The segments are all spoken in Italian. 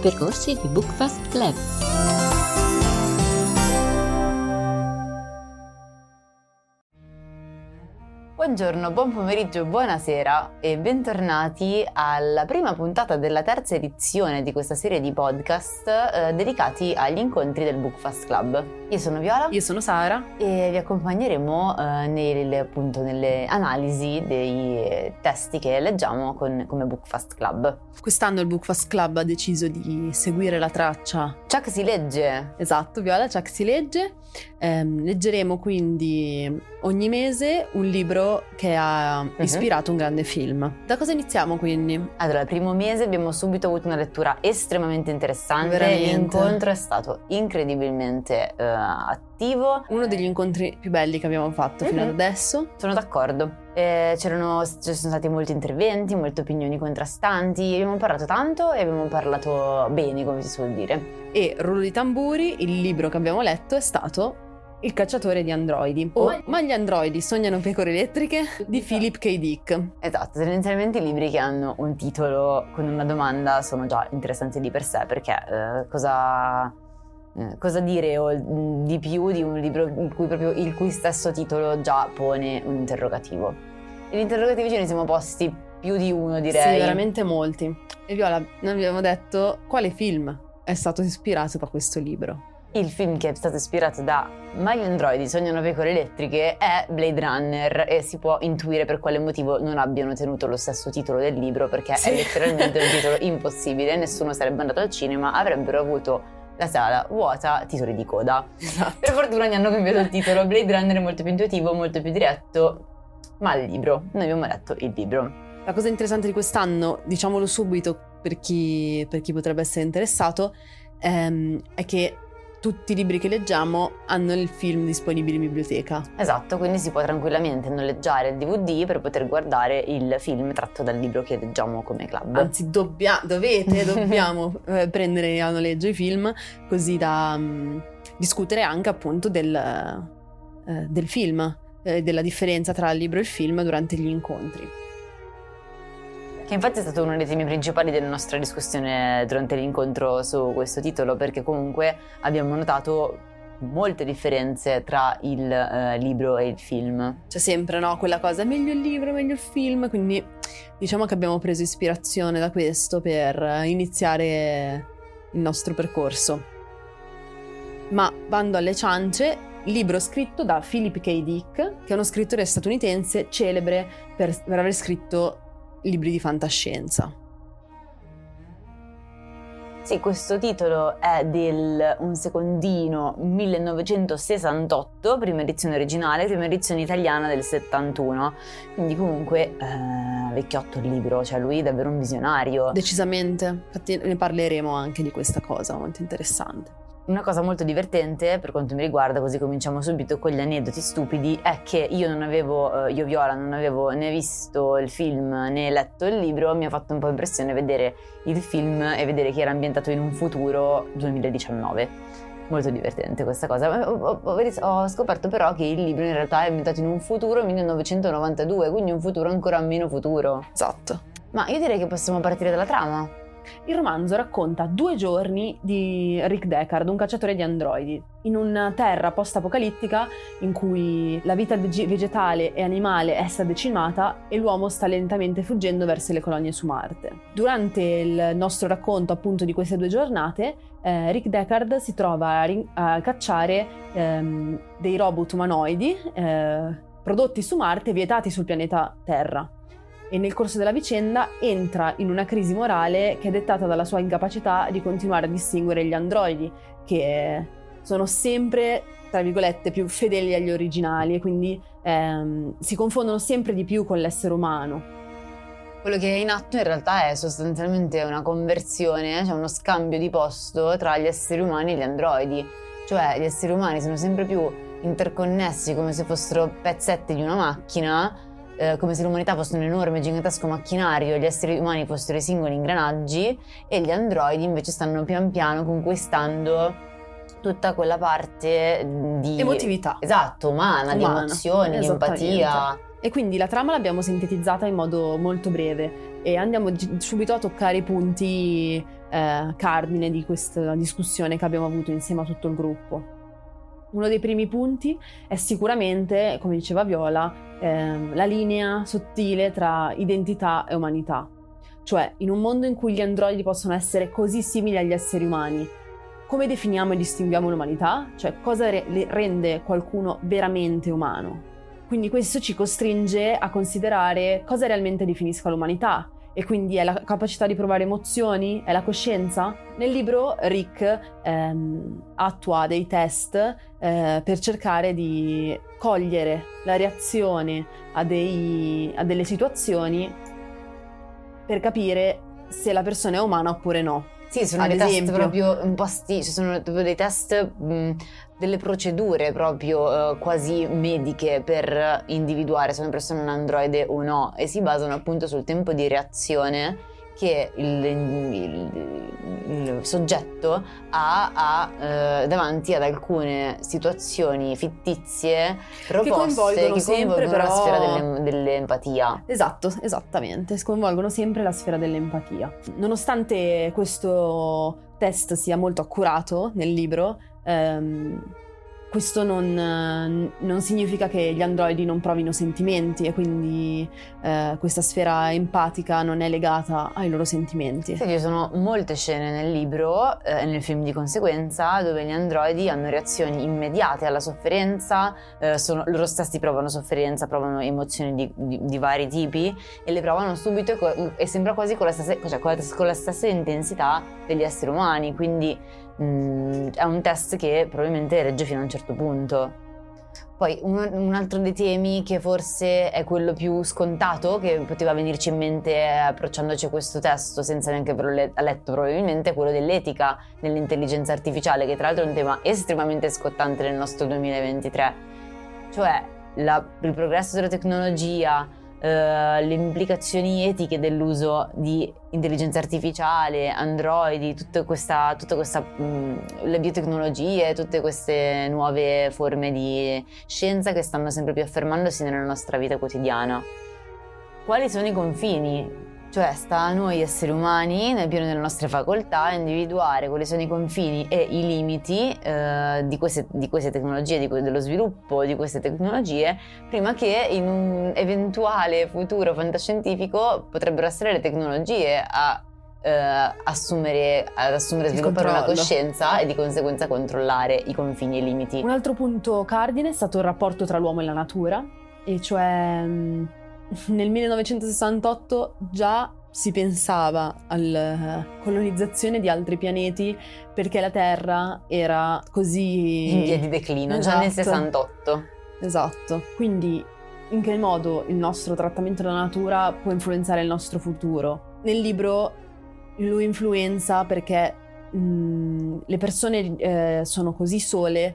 percorsi di Bookfast Club. Buongiorno, buon pomeriggio, buonasera e bentornati alla prima puntata della terza edizione di questa serie di podcast dedicati agli incontri del Bookfast Club. Io sono Viola. Io sono Sara. E vi accompagneremo nelle analisi dei testi che leggiamo come Bookfast Club. Quest'anno il Bookfast Club ha deciso di seguire la traccia Chuck si legge. Esatto, Viola, Chuck si legge. Leggeremo quindi ogni mese un libro che ha ispirato un grande film. Da cosa iniziamo quindi? Allora, il primo mese abbiamo subito avuto una lettura estremamente interessante. Veramente. L'incontro è stato incredibilmente attivo. Uno degli incontri più belli che abbiamo fatto fino ad adesso. Sono d'accordo. Ci sono stati molti interventi, molte opinioni contrastanti. Abbiamo parlato tanto e abbiamo parlato bene, come si suol dire. E rullo di tamburi, il libro che abbiamo letto è stato Il cacciatore di androidi Ma gli androidi sognano pecore elettriche di Philip K. Dick. Esatto, tendenzialmente i libri che hanno un titolo con una domanda sono già interessanti di per sé, perché cosa dire di più di un libro il cui stesso titolo già pone un interrogativo. E gli interrogativi ce ne siamo posti più di uno, direi. Sì, veramente molti. E Viola, noi abbiamo detto quale film è stato ispirato da questo libro. Il film che è stato ispirato da Ma gli androidi sognano pecore elettriche è Blade Runner, e si può intuire per quale motivo non abbiano tenuto lo stesso titolo del libro, perché è letteralmente un titolo impossibile, nessuno sarebbe andato al cinema, avrebbero avuto la sala vuota, titoli di coda. Esatto. Per fortuna gli hanno cambiato il titolo. Blade Runner è molto più intuitivo, molto più diretto, ma il libro, noi abbiamo letto il libro. La cosa interessante di quest'anno, diciamolo subito per chi potrebbe essere interessato, è che tutti i libri che leggiamo hanno il film disponibile in biblioteca. Esatto, quindi si può tranquillamente noleggiare il DVD per poter guardare il film tratto dal libro che leggiamo come club. Anzi, dobbiamo prendere a noleggio i film, così da discutere anche appunto del film, della differenza tra il libro e il film durante gli incontri. Che infatti è stato uno dei temi principali della nostra discussione durante l'incontro su questo titolo, perché comunque abbiamo notato molte differenze tra il libro e il film. C'è sempre, no? Quella cosa, meglio il libro, meglio il film, quindi diciamo che abbiamo preso ispirazione da questo per iniziare il nostro percorso. Ma bando alle ciance, libro scritto da Philip K. Dick, che è uno scrittore statunitense celebre per aver scritto libri di fantascienza. Sì, questo titolo è del un secondino 1968, prima edizione originale, prima edizione italiana del 71, quindi comunque vecchiotto il libro, cioè lui è davvero un visionario. Decisamente, infatti ne parleremo anche di questa cosa, molto interessante. Una cosa molto divertente per quanto mi riguarda, così cominciamo subito con gli aneddoti stupidi, è che io Viola non avevo né visto il film né letto il libro. Mi ha fatto un po' impressione vedere il film e vedere che era ambientato in un futuro 2019. Molto divertente questa cosa. Ho scoperto però che il libro in realtà è ambientato in un futuro 1992, quindi un futuro ancora meno futuro. Esatto. Ma io direi che possiamo partire dalla trama. Il romanzo racconta 2 giorni di Rick Deckard, un cacciatore di androidi, in una terra post-apocalittica in cui la vita vegetale e animale è stata decimata e l'uomo sta lentamente fuggendo verso le colonie su Marte. Durante il nostro racconto appunto di queste 2 giornate, Rick Deckard si trova a cacciare dei robot umanoidi prodotti su Marte, vietati sul pianeta Terra. E nel corso della vicenda entra in una crisi morale che è dettata dalla sua incapacità di continuare a distinguere gli androidi, che sono sempre, tra virgolette, più fedeli agli originali e quindi si confondono sempre di più con l'essere umano. Quello che è in atto in realtà è sostanzialmente una conversione, cioè uno scambio di posto tra gli esseri umani e gli androidi. Cioè gli esseri umani sono sempre più interconnessi, come se fossero pezzetti di una macchina, come se l'umanità fosse un enorme, gigantesco macchinario, gli esseri umani fossero i singoli ingranaggi, e gli androidi invece stanno pian piano conquistando tutta quella parte di emotività. Esatto, umana, di emozioni, di empatia. E quindi la trama l'abbiamo sintetizzata in modo molto breve. e andiamo subito a toccare i punti cardine di questa discussione che abbiamo avuto insieme a tutto il gruppo. Uno dei primi punti è sicuramente, come diceva Viola, la linea sottile tra identità e umanità. Cioè, in un mondo in cui gli androidi possono essere così simili agli esseri umani, come definiamo e distinguiamo l'umanità? Cioè, cosa rende qualcuno veramente umano? Quindi questo ci costringe a considerare cosa realmente definisca l'umanità. E quindi è la capacità di provare emozioni? È la coscienza? Nel libro Rick attua dei test per cercare di cogliere la reazione a delle situazioni per capire se la persona è umana oppure no. Sì, sono dei test proprio imposti, sono proprio dei test, delle procedure proprio quasi mediche per individuare se una persona è un androide o no, e si basano appunto sul tempo di reazione che il soggetto ha davanti ad alcune situazioni fittizie proposte che coinvolgono sempre però la sfera dell'empatia. Esatto, esattamente, sconvolgono sempre la sfera dell'empatia. Nonostante questo test sia molto accurato nel libro, questo non significa che gli androidi non provino sentimenti e quindi questa sfera empatica non è legata ai loro sentimenti. Sì, ci sono molte scene nel libro e nel film di conseguenza dove gli androidi hanno reazioni immediate alla sofferenza, loro stessi provano sofferenza, provano emozioni di vari tipi e le provano subito e sembra quasi con la stessa intensità degli esseri umani, quindi è un test che probabilmente regge fino a un certo punto. Poi un altro dei temi che forse è quello più scontato che poteva venirci in mente approcciandoci a questo testo senza neanche averlo letto probabilmente, è quello dell'etica nell'intelligenza artificiale, che tra l'altro è un tema estremamente scottante nel nostro 2023. Cioè il progresso della tecnologia, le implicazioni etiche dell'uso di intelligenza artificiale, androidi, tutta questa le biotecnologie, tutte queste nuove forme di scienza che stanno sempre più affermandosi nella nostra vita quotidiana. Quali sono i confini? Cioè sta a noi esseri umani, nel pieno delle nostre facoltà, individuare quali sono i confini e i limiti di queste tecnologie, dello sviluppo di queste tecnologie, prima che in un eventuale futuro fantascientifico potrebbero essere le tecnologie ad assumere sviluppare una coscienza e di conseguenza controllare i confini e i limiti. Un altro punto cardine è stato il rapporto tra l'uomo e la natura, e cioè nel 1968 già si pensava alla colonizzazione di altri pianeti perché la Terra era così in via di declino, esatto. Già nel 68. Esatto, quindi in che modo il nostro trattamento della natura può influenzare il nostro futuro? Nel libro lo influenza perché le persone sono così sole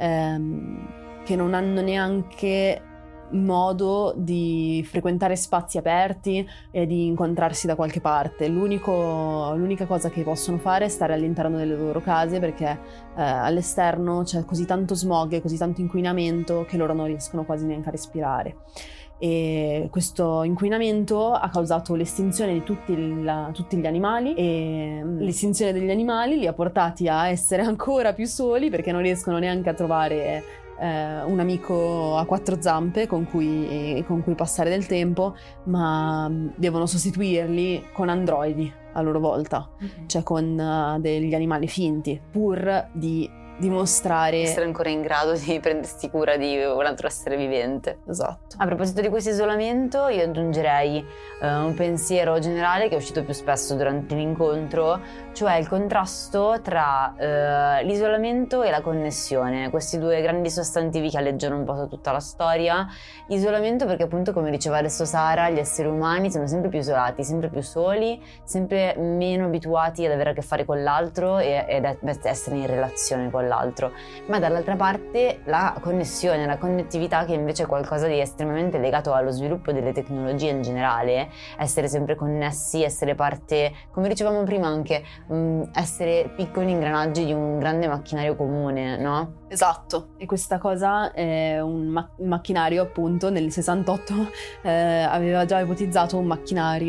che non hanno neanche modo di frequentare spazi aperti e di incontrarsi da qualche parte. L'unica cosa che possono fare è stare all'interno delle loro case perché all'esterno c'è così tanto smog e così tanto inquinamento che loro non riescono quasi neanche a respirare. E questo inquinamento ha causato l'estinzione di tutti gli animali, e l'estinzione degli animali li ha portati a essere ancora più soli perché non riescono neanche a trovare un amico a quattro zampe con cui passare del tempo, ma devono sostituirli con androidi a loro volta, cioè con degli animali finti, pur di dimostrare essere ancora in grado di prendersi cura di un altro essere vivente. Esatto. A proposito di questo isolamento, io aggiungerei un pensiero generale che è uscito più spesso durante l'incontro, cioè il contrasto tra l'isolamento e la connessione, questi due grandi sostantivi che alleggiano un po' tutta la storia. Isolamento perché appunto, come diceva adesso Sara, gli esseri umani sono sempre più isolati, sempre più soli, sempre meno abituati ad avere a che fare con l'altro ed essere in relazione con l'altro, ma dall'altra parte la connessione, la connettività, che invece è qualcosa di estremamente legato allo sviluppo delle tecnologie in generale, essere sempre connessi, essere parte, come dicevamo prima anche, essere piccoli ingranaggi di un grande macchinario comune, no? Esatto, e questa cosa è un macchinario, appunto nel 68 aveva già ipotizzato un macchinario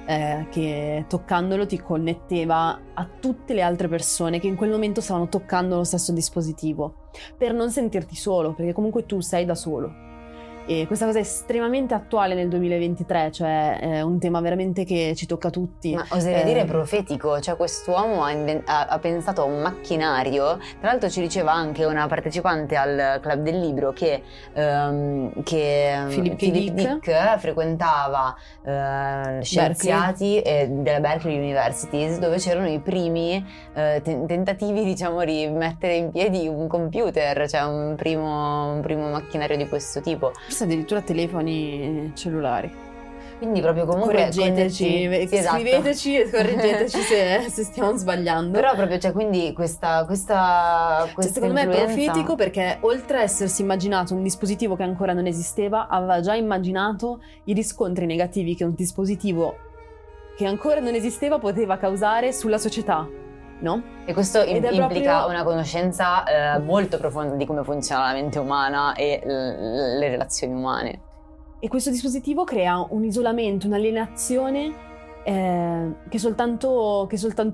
che toccandolo ti connetteva a tutte le altre persone che in quel momento stavano toccando lo stesso dispositivo, per non sentirti solo, perché comunque tu sei da solo. E questa cosa è estremamente attuale nel 2023, cioè è un tema veramente che ci tocca a tutti. Ma oserei dire profetico, cioè quest'uomo ha pensato a un macchinario. Tra l'altro ci diceva anche una partecipante al Club del Libro che Philip Dick frequentava scienziati della Berkeley University, dove c'erano i primi tentativi, diciamo, di mettere in piedi un computer, cioè un primo macchinario di questo tipo. Forse addirittura telefoni cellulari. Quindi proprio comunque correggeteci, scriveteci e correggeteci se stiamo sbagliando. Però proprio c'è quindi questa secondo me è profetico, perché oltre a essersi immaginato un dispositivo che ancora non esisteva, aveva già immaginato i riscontri negativi che un dispositivo che ancora non esisteva poteva causare sulla società, no? E questo implica proprio una conoscenza molto profonda di come funziona la mente umana e le relazioni umane. E questo dispositivo crea un isolamento, un'alienazione che soltanto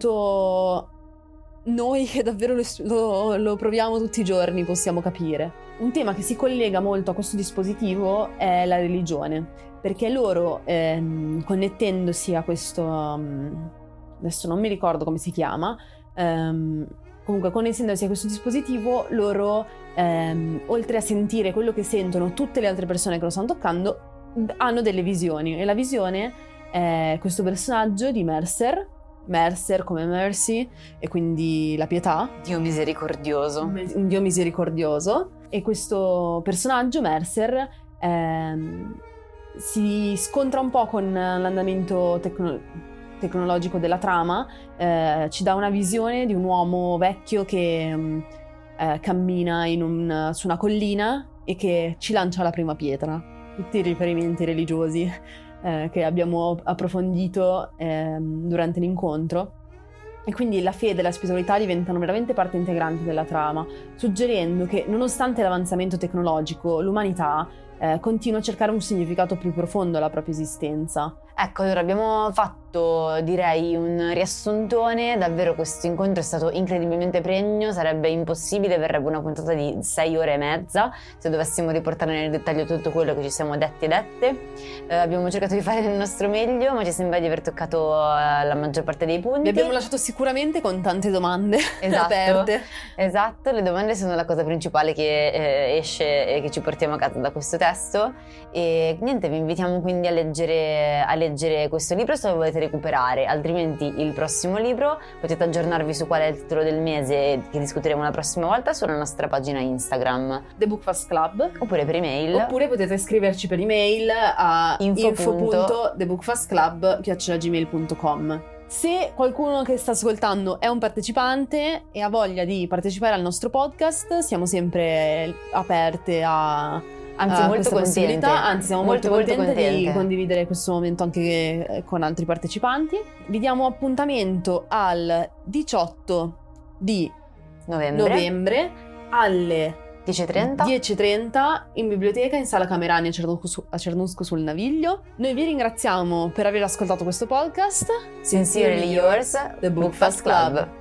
noi che davvero lo proviamo tutti i giorni possiamo capire. Un tema che si collega molto a questo dispositivo è la religione, perché loro connettendosi a questo, adesso non mi ricordo come si chiama, comunque connettendosi a questo dispositivo loro oltre a sentire quello che sentono tutte le altre persone che lo stanno toccando, hanno delle visioni, e la visione è questo personaggio di Mercer come Mercy, e quindi la pietà, Dio misericordioso, un Dio misericordioso. E questo personaggio Mercer si scontra un po' con l'andamento tecnologico della trama, ci dà una visione di un uomo vecchio che cammina su una collina e che ci lancia la prima pietra. Tutti i riferimenti religiosi che abbiamo approfondito durante l'incontro, e quindi la fede e la spiritualità diventano veramente parte integrante della trama, suggerendo che nonostante l'avanzamento tecnologico l'umanità continua a cercare un significato più profondo alla propria esistenza. Ecco, allora abbiamo fatto, direi, un riassuntone. Davvero questo incontro è stato incredibilmente pregno, sarebbe impossibile, verrebbe una puntata di 6 ore e mezza se dovessimo riportare nel dettaglio tutto quello che ci siamo detti e dette. Abbiamo cercato di fare il nostro meglio, ma ci sembra di aver toccato la maggior parte dei punti. Vi abbiamo lasciato sicuramente con tante domande aperte. Esatto, le domande sono la cosa principale che esce e che ci portiamo a casa da questo testo. E niente, vi invitiamo quindi a leggere questo libro se lo volete recuperare, altrimenti il prossimo libro potete aggiornarvi su qual è il titolo del mese che discuteremo la prossima volta sulla nostra pagina Instagram The Book Fast Club, oppure per email, oppure potete scriverci per email a info.thebookfastclub@gmail.com. Se qualcuno che sta ascoltando è un partecipante e ha voglia di partecipare al nostro podcast, siamo sempre aperte molto contente. Anzi, siamo molto contente di condividere questo momento anche con altri partecipanti. Vi diamo appuntamento al 18 di novembre alle 10:30 in biblioteca in Sala Camerani a Cernusco sul Naviglio. Noi vi ringraziamo per aver ascoltato questo podcast. Sincerely yours, The Book Fast Club.